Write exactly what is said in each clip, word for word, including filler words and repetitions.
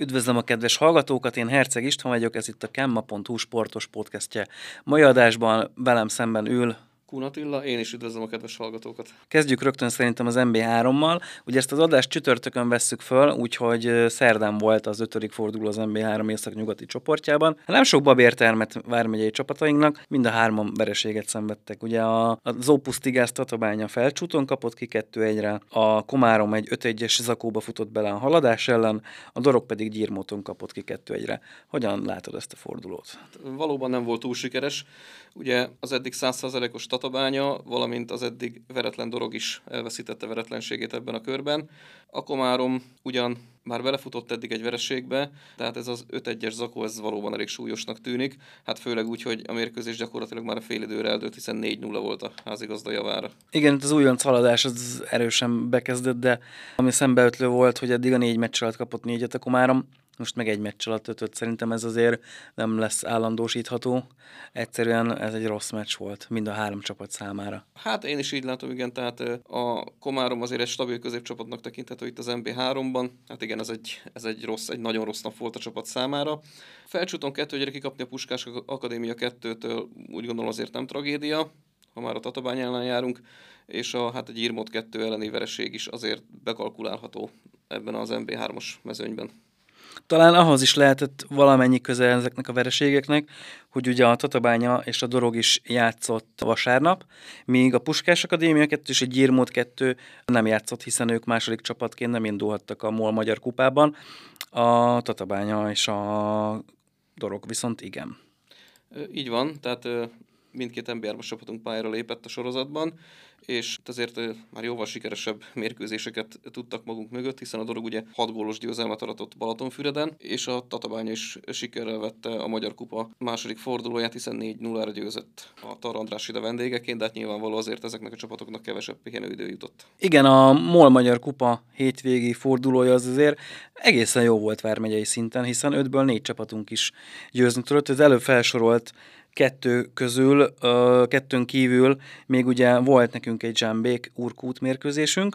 Üdvözlöm a kedves hallgatókat, én Herceg István vagyok, ez itt a Kemma pont hu sportos podcastje. Mai adásban velem szemben ül Kun Attila, én is üdvözlöm a kedves hallgatókat. Kezdjük rögtön szerintem az en bé hárommal. Ugye ezt az adást csütörtökön vesszük föl, úgyhogy szerdán volt az ötödik forduló az en bé három északnyugati csoportjában. Nem sok babér termett vármegyei csapatainknak, mind a hárman vereséget szenvedtek. Ugye a, az Opus Tigász Tatabánya Felcsúton kapott ki kettő egyre, a Komárom egy öt egyes zakóba futott bele a Haladás ellen, a Dorog pedig Gyirmóton kapott ki kettő egyre. Hogyan látod ezt a fordulót? Hát, valóban nem volt túl sikeres. Ugye az eddig száz százalékos Tatabánya, valamint az eddig veretlen Dorog is elveszítette veretlenségét ebben a körben. A Komárom ugyan már belefutott eddig egy vereségbe, tehát ez az öt egyes zakó, ez valóban elég súlyosnak tűnik. Hát főleg úgy, hogy a mérkőzés gyakorlatilag már a fél időre eldőlt, hiszen négy nulla volt a házigazda javára. Igen, itt az újonc Haladás az erősen bekezdett, de ami szembeötlő volt, hogy eddig a négy meccs alatt kapott négyet a Komárom, most meg egy meccs alatt ötöt. Szerintem ez azért nem lesz állandósítható. Egyszerűen ez egy rossz meccs volt mind a három csapat számára. Hát én is így látom, igen, tehát a Komárom azért egy stabil középcsapatnak tekinthető itt az en bé háromban. Hát igen, ez egy, ez egy rossz, egy nagyon rossz nap volt a csapat számára. Felcsúton kettő egyre kikapni a Puskás Akadémia kettőtől úgy gondolom azért nem tragédia, ha már a Tatabány ellen járunk, és a, hát egy Gyirmót kettő elleni vereség is azért bekalkulálható ebben az en bé hármas mezőnyben. Talán ahhoz is lehetett valamennyi köze ezeknek a vereségeknek, hogy ugye a Tatabánya és a Dorog is játszott vasárnap, míg a Puskás Akadémia kettő és a Gyirmót kettő nem játszott, hiszen ők második csapatként nem indulhattak a MOL Magyar Kupában, a Tatabánya és a Dorog viszont igen. Így van, tehát mindkét en bé hármas csapatunk pályára lépett a sorozatban, és azért már jóval sikeresebb mérkőzéseket tudtak magunk mögött, hiszen a Dorog ugye hat gólos győzelmet aratott Balatonfüreden, és a Tatabánya is sikerrel vette a Magyar Kupa második fordulóját, hiszen négy nullára győzött a Tar András ide vendégeként, de hát nyilvánvaló azért ezeknek a csapatoknak kevesebb pihenőidő jutott. Igen, a MOL Magyar Kupa hétvégi fordulója az azért egészen jó volt vármegyei szinten, hiszen ötből négy csapatunk is győzni tudott. Az előbb felsorolt kettő közül, kettőn kívül még ugye volt nekünk egy Zsámbék Urkút mérkőzésünk.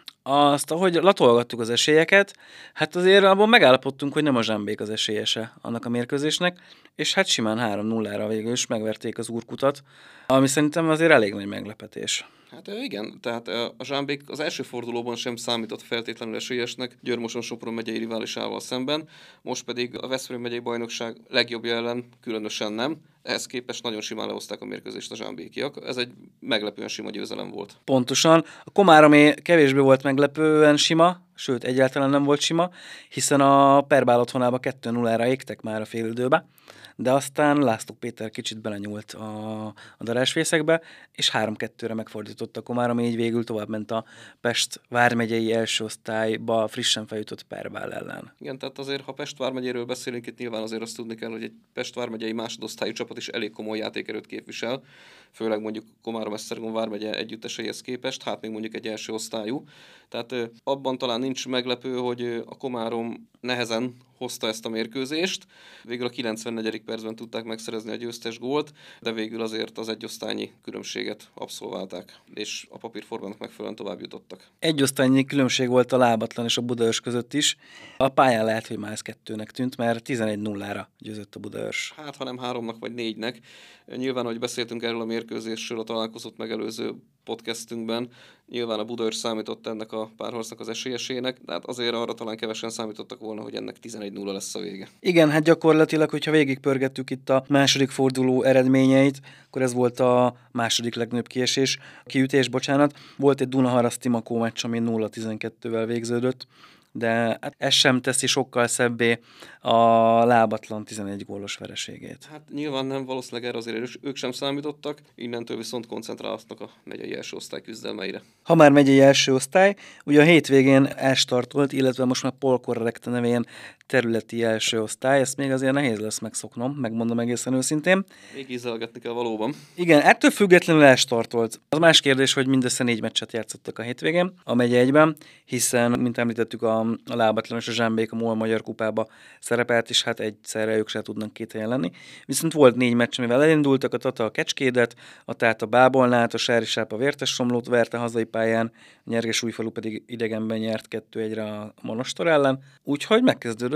Azt, ahogy latolgattuk az esélyeket, hát azért abban megállapodtunk, hogy nem a Zsámbék az esélyese annak a mérkőzésnek, és hát simán három nullára végül is megverték az Urkutat, ami szerintem azért elég nagy meglepetés. Hát igen, tehát a Zsámbék az első fordulóban sem számított feltétlenül esélyesnek Győr-Moson-Sopron megyei riválisával szemben, most pedig a Veszprém megyei bajnokság legjobbja ellen különösen nem. Ehhez képest nagyon simán lehozták a mérkőzést a zsámbékiak. Ez egy meglepően sima győzelem volt. Pontosan. A Komáromé kevésbé volt meglepően sima, sőt egyáltalán nem volt sima, hiszen a Perbál otthonába kettő nullára égtek már a félidőbe, de aztán László Péter kicsit belenyúlt a, a darásfészekbe, és három kettőre megfordította a Komáromé, így végül tovább ment a Pest vármegyei első osztályba frissen feljutott Perbál ellen. Igen, tehát azért, ha Pest vármegyéről beszélünk, itt nyilván azért azt tudni kell, hogy egy Pest vármegyei másodosztályú csapat is elég komoly játékerőt képvisel, főleg mondjuk Komárom-Esztergom vármegye együtteseihez képest, hát még mondjuk egy első osztályú. Tehát abban talán nincs meglepő, hogy a Komárom nehezen hozta ezt a mérkőzést. Végül a kilencvennegyedik percben tudták megszerezni a győztes gólt, de végül azért az egyosztálynyi különbséget abszolválták, és a papírformának megfelelően tovább jutottak. Egyosztálynyi különbség volt a Lábatlan és a Budaörs között is. A pályán lehet, hogy más kettőnek tűnt, mert tizenegy nullára győzött a Budaörs. Hát, ha nem háromnak vagy négynek. Nyilván, hogy beszéltünk erről a mérkőzésről a találkozót megelőző podcastünkben, nyilván a Budaörs számított ennek a párharcnak az esélyesének, de hát azért arra talán kevesen számítottak volna, hogy ennek tizenegy nulla lesz a vége. Igen, hát gyakorlatilag, hogyha végigpörgettük itt a második forduló eredményeit, akkor ez volt a második legnagyobb kiesés, kiütés, bocsánat. Volt egy Dunaharaszti-Makó meccs, ami nulla tizenkettővel végződött, de hát ez sem teszi sokkal szebbé a Lábatlan tizenegy gólos vereségét. Hát nyilván nem, valószínűleg erre azért ők sem számítottak, innentől viszont koncentrálhatnak a megyei első osztály küzdelmeire. Ha már megyei első osztály, ugye a hétvégén elstartolt, illetve most már Polkorrekte nevén területi első osztály, ezt még azért nehéz lesz megszoknom, megmondom egészen őszintén. Még ízelgetni kell valóban. Igen, ettől függetlenül elstartolt. Az más kérdés, hogy mindössze négy meccset játszottak a hétvégén, a megye egyben, hiszen, mint említettük, a, a Lábatlan és a Zsámbék a MOL Magyar Kupába szerepelt, és hát egyszerre ők se tudnak két helyen lenni. Viszont volt négy meccs, amivel elindultak, a Tata a Kecskédet, a Tát a Bábolnát, a Sárisáp a Vértessomlót verte hazai pályán, a Nyerges-Újfalu pedig idegenben nyert kettő egyre a Monostor ellen, úgyhogy megkezdődött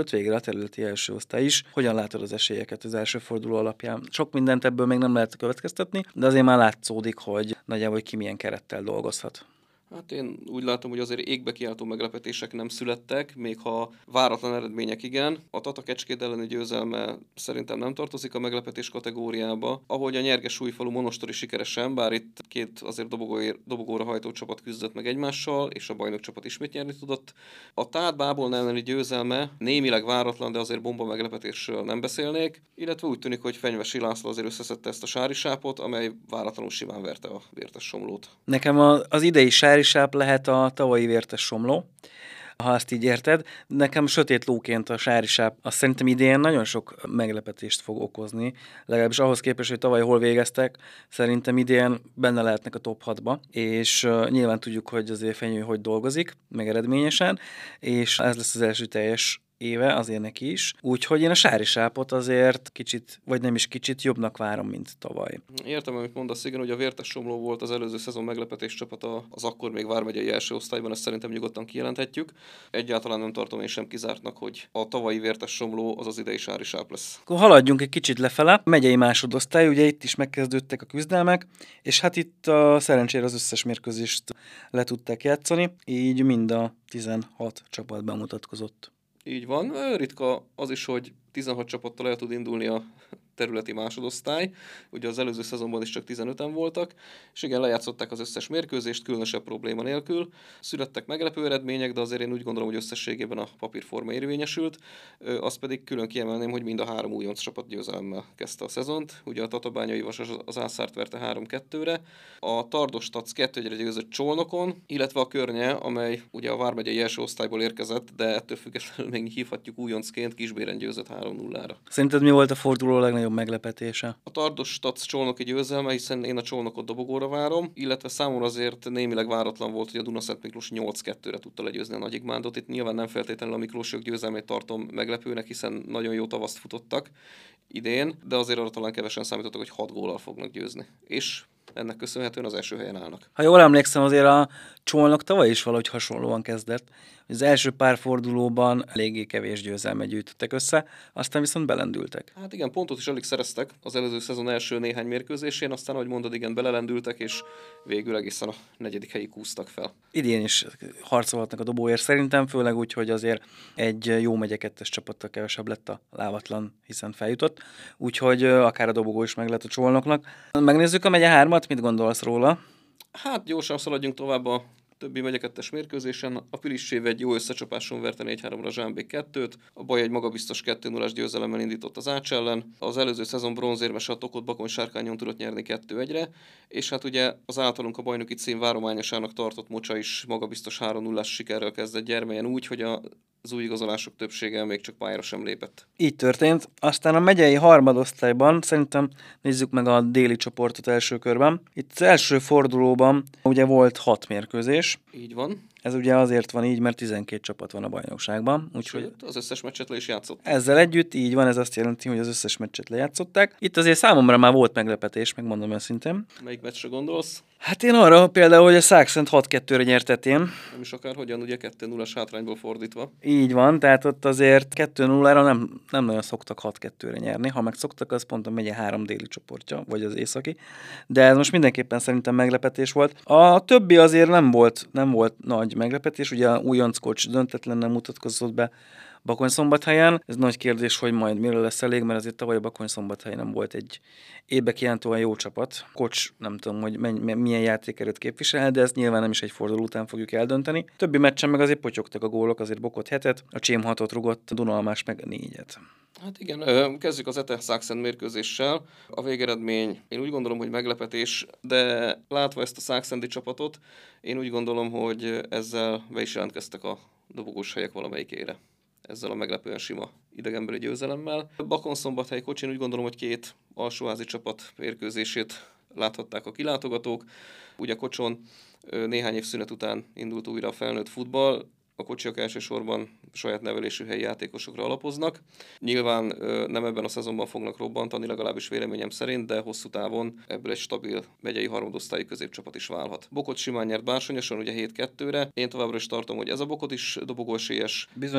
jött végre a területi első osztály is. Hogyan látod az esélyeket az első forduló alapján? Sok mindent ebből még nem lehet következtetni, de azért már látszódik, hogy nagyjából ki milyen kerettel dolgozhat. Hát én úgy látom, hogy azért égbe kiáltó meglepetések nem születtek, még ha váratlan eredmények igen. A Tata Kecskét elleni győzelme szerintem nem tartozik a meglepetés kategóriába. Ahogy a Nyerges Újfalu Monostori sikeresen, bár itt két azért dobogóér, dobogóra hajtó csapat küzdött meg egymással, és a bajnok csapat ismét nyerni tudott. A Tát Bábolna elleni győzelme némileg váratlan, de azért bomba meglepetésről nem beszélnék, illetve úgy tűnik, hogy Fenyvesi László azért összeszedte ezt a sárisápot, amely váratlanul simán verte a Vértes Somlót. Nekem a, az idei sárisáp lehet a tavalyi Vértes Somló, ha azt így érted. Nekem sötét lóként a sárisáp, azt szerintem idén nagyon sok meglepetést fog okozni, legalábbis ahhoz képest, hogy tavaly hol végeztek, szerintem idén benne lehetnek a top hatba, és uh, nyilván tudjuk, hogy azért Fenyő hogy dolgozik, meg eredményesen, és ez lesz az első teljes éve azért neki is. Úgyhogy én a sárisápot azért kicsit, vagy nem is kicsit jobbnak várom, mint tavaly. Értem, amit mondasz, igen, hogy a Vértes Somló volt az előző szezon meglepetés csapata az akkor még vármegyei első osztályban, ezt szerintem nyugodtan kijelenthetjük. Egyáltalán nem tartom én sem kizártnak, hogy a tavalyi Vértes Somló az az idei sárisáp lesz. Akkor haladjunk egy kicsit lefele. Megyei másodosztály, ugye itt is megkezdődtek a küzdelmek, és hát itt a szerencsére az összes mérkőzést le tudták játszani, így mind a tizenhat csapat bemutatkozott. Így van. Ritka az is, hogy tizenhat csapattal el tud indulni a területi másodosztály. Ugye az előző szezonban is csak tizenöten voltak, és igen, lejátszották az összes mérkőzést, különösebb probléma nélkül. Születtek meglepő eredmények, de azért én úgy gondolom, hogy összességében a papírforma érvényesült. Azt pedig külön kiemelném, hogy mind a három újonc csapat győzelemmel kezdte a szezont. Ugye a Tatabányai Vasas az Ászárt verte három kettőre, a Tardos Tac kettő egyre győzött Csolnokon, illetve a Környe, amely ugye a vármegyei első osztályból érkezett, de ettől függetlenül még hívhatjuk újoncként, Kisbéren győzött három nullára. Szerinted mi volt a forduló legnagyobb meglepetése? A Tardos Tac Csolnoki győzelme, hiszen én a Csolnokot dobogóra várom, illetve számomra azért némileg váratlan volt, hogy a Dunaszent Miklós nyolc kettőre tudta legyőzni a Nagyigmándot. Itt nyilván nem feltétlenül a Miklósiak győzelmét tartom meglepőnek, hiszen nagyon jó tavaszt futottak idén, de azért arra talán kevesen számítottak, hogy hat góllal fognak győzni. És ennek köszönhetően az első helyen állnak. Ha jól emlékszem, azért a Csolnok tavaly is valahogy hasonlóan kezdett. Az első pár fordulóban eléggé kevés győzelmet gyűjtöttek össze, aztán viszont belendültek. Hát igen, pontot is alig szereztek az előző szezon első néhány mérkőzésén, aztán, ahogy mondod, igen, belelendültek, és végül egészen a negyedik helyig húztak fel. Idén is harcolhatnak a dobóért szerintem, főleg úgy, hogy azért egy jó megye kettes csapattal kevesebb lett a lávatlan, hiszen feljutott, úgyhogy akár a dobogó is meg lett a Csolnoknak. Megnézzük a megye hármat, mit gondolsz róla? Hát gyorsan szaladjunk tovább a többi megyekettes mérkőzésen. A Pilissév egy jó összecsapáson verte négy háromra a Zsámbék kettőt, a Baj egy magabiztos kettő nullás győzelemmel indított az Ács ellen, az előző szezon bronzérmese a Tokot Bakony Sárkányon tudott nyerni kettő egyre, és hát ugye az általunk a bajnoki cím várományosának tartott Mocsa is magabiztos három nullás sikerrel kezdett Gyermelyen úgy, hogy a az új igazolások többsége még csak pályára sem lépett. Így történt. Aztán a megyei harmadosztályban szerintem nézzük meg a déli csoportot első körben. Itt az első fordulóban ugye volt hat mérkőzés. Így van. Ez ugye azért van így, mert tizenkét csapat van a bajnokságban. Úgyhogy az összes meccset le is játszott. Ezzel együtt így van, ez azt jelenti, hogy az összes meccset lejátszották. Itt azért számomra már volt meglepetés, megmondom őszintén. Melyik meccsre gondolsz? Hát én arra például, hogy a Szákszent hat kettőre nyertetén. Nem is akár hogyan, ugye kettő nullás hátrányból fordítva. Így van, tehát ott azért kettő nullára nem, nem nagyon szoktak hat kettőre nyerni. Ha meg szoktak, az pont a megye három déli csoportja, vagy az északi. De ez most mindenképpen szerintem meglepetés volt. A többi azért nem volt, nem volt nagy meglepetés. Ugye a újonc coach döntetlennel mutatkozott be Bakonyszombathelyen. Ez nagy kérdés, hogy majd mire lesz elég, mert azért tavaly a Bakonyszombathely nem volt egy évbe kijelentően jó csapat. Kocs nem tudom, hogy milyen játékerőt képvisel, de ezt nyilván nem is egy forduló után fogjuk eldönteni. Többi meccsen meg azért potyogtak a gólok, azért Bokot hetet, a Csém hatot rugott, a Dunalmás meg négyet. Hát igen, kezdjük az Ete Szákszent mérkőzéssel. A végeredmény, én úgy gondolom, hogy meglepetés, de látva ezt a szákszendi csapatot, én úgy gondolom, hogy ezzel be is jelentkeztek a dobogós helyek valamelyikére. Ezzel a meglepően sima idegenbeli győzelemmel. Bakonszombathely Kocsin úgy gondolom, hogy két alsóházi csapat mérkőzését láthatták a kilátogatók. Ugye Kocson néhány év szünet után indult újra a felnőtt futball, a kocsiak elsősorban saját nevelésű helyi játékosokra alapoznak. Nyilván nem ebben a szezonban fognak robbantani, legalábbis véleményem szerint, de hosszú távon ebből egy stabil megyei harmadosztályi középcsapat is válhat. Bokot simán nyert Bársonyoson, ugye hét kettőre. Én továbbra is tartom, hogy ez a Bokot is dobogóesélyes. Bizony.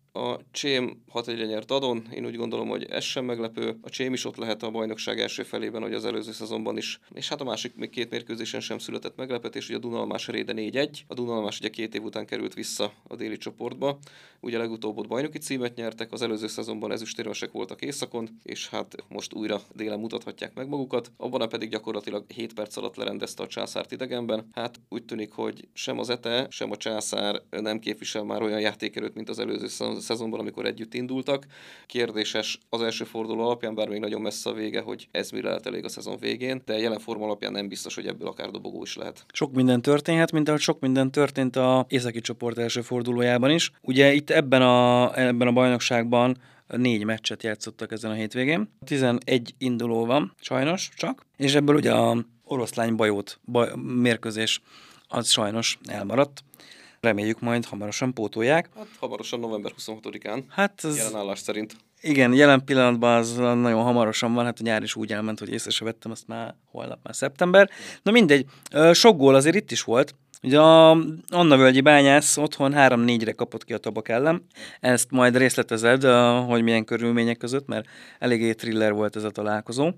A Csém hat egyre nyert Adon, én úgy gondolom, hogy ez sem meglepő. A Csém is ott lehet a bajnokság első felében, hogy az előző szezonban is. És hát a másik még két mérkőzésen sem született meglepetés, hogy a Dunalmás Réde négy egy. A Dunalmás ugye két év után került vissza a déli csoportba. Ugye legutóbb ott bajnoki címet nyertek, az előző szezonban ezüstérmesek voltak északon, és hát most újra délen mutathatják meg magukat. Abban pedig gyakorlatilag hét perc alatt lerendezte a Császárt idegenben. Hát úgy tűnik, hogy sem az Ete, sem a Császár nem képvisel már olyan játékerőt, mint az előző szezonban, amikor együtt indultak. Kérdéses az első forduló alapján, bár még nagyon messze a vége, hogy ez mire lehet elég a szezon végén, de jelen forma alapján nem biztos, hogy ebből akár dobogó is lehet. Sok minden történhet, mint ahogy sok minden történt a északi csoport első fordulójában is. Ugye itt ebben a, ebben a bajnokságban négy meccset játszottak ezen a hétvégén. tizenegy induló van, sajnos csak, és ebből ugye a oroszlány bajót baj, mérkőzés az sajnos elmaradt. Reméljük majd hamarosan pótolják. Hát hamarosan november huszonhatodikán. Hát ez... Jelen állás szerint. Igen, jelen pillanatban az nagyon hamarosan van, hát a nyár is úgy elment, hogy észre se vettem, azt már holnap már szeptember. Na mindegy, sok gól azért itt is volt. Ugye a Anna Völgyi Bányász otthon három négyre kapott ki a Tabak ellen. Ezt majd részletezed, hogy milyen körülmények között, mert eléggé thriller volt ez a találkozó.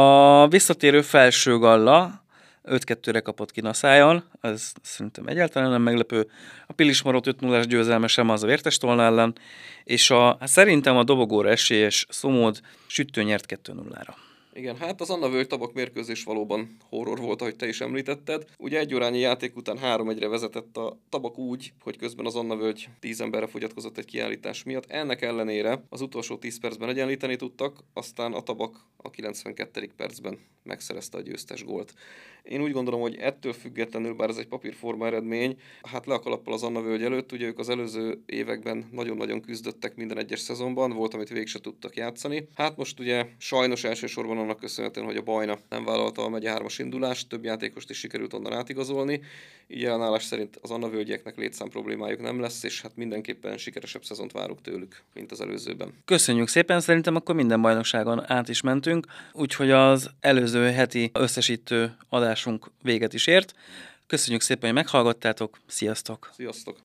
A visszatérő Felső Galla öt kettőre kapott ki Naszájon, ez szerintem egyáltalán nem meglepő. A Pilismarot öt nullás győzelme sem az a Vértestolna ellen, és a, hát szerintem a dobogóra esélyes Szomód Süttő nyert kettő nullára. Igen, hát az Anna Völgy Tabak mérkőzés valóban horror volt, ahogy te is említetted. Ugye egy órányi játék után három egyre vezetett a Tabak úgy, hogy közben az Anna Völgy tíz emberre fogyatkozott egy kiállítás miatt. Ennek ellenére az utolsó tíz percben egyenlíteni tudtak, aztán a Tabak a kilencvenkettedik percben megszerezte a győztes gólt. Én úgy gondolom, hogy ettől függetlenül, bár ez egy papírforma eredmény, hát le a kalappal az Anna Völgy előtt, ugye ők az előző években nagyon-nagyon küzdöttek minden egyes szezonban, volt, amit végig se tudtak játszani. Hát most ugye sajnos elsősorban annak köszönhetően, hogy a Bajna nem vállalta a megye hármas indulást, több játékost is sikerült onnan átigazolni. Így ellenállás szerint az Anna Völgyeknek létszám problémájuk nem lesz, és hát mindenképpen sikeresebb szezont várunk tőlük, mint az előzőben. Köszönjük szépen, szerintem akkor minden bajnokságon át is mentünk, úgyhogy az előző heti összesítő adásunk véget is ért. Köszönjük szépen, hogy meghallgattátok, sziasztok! Sziasztok!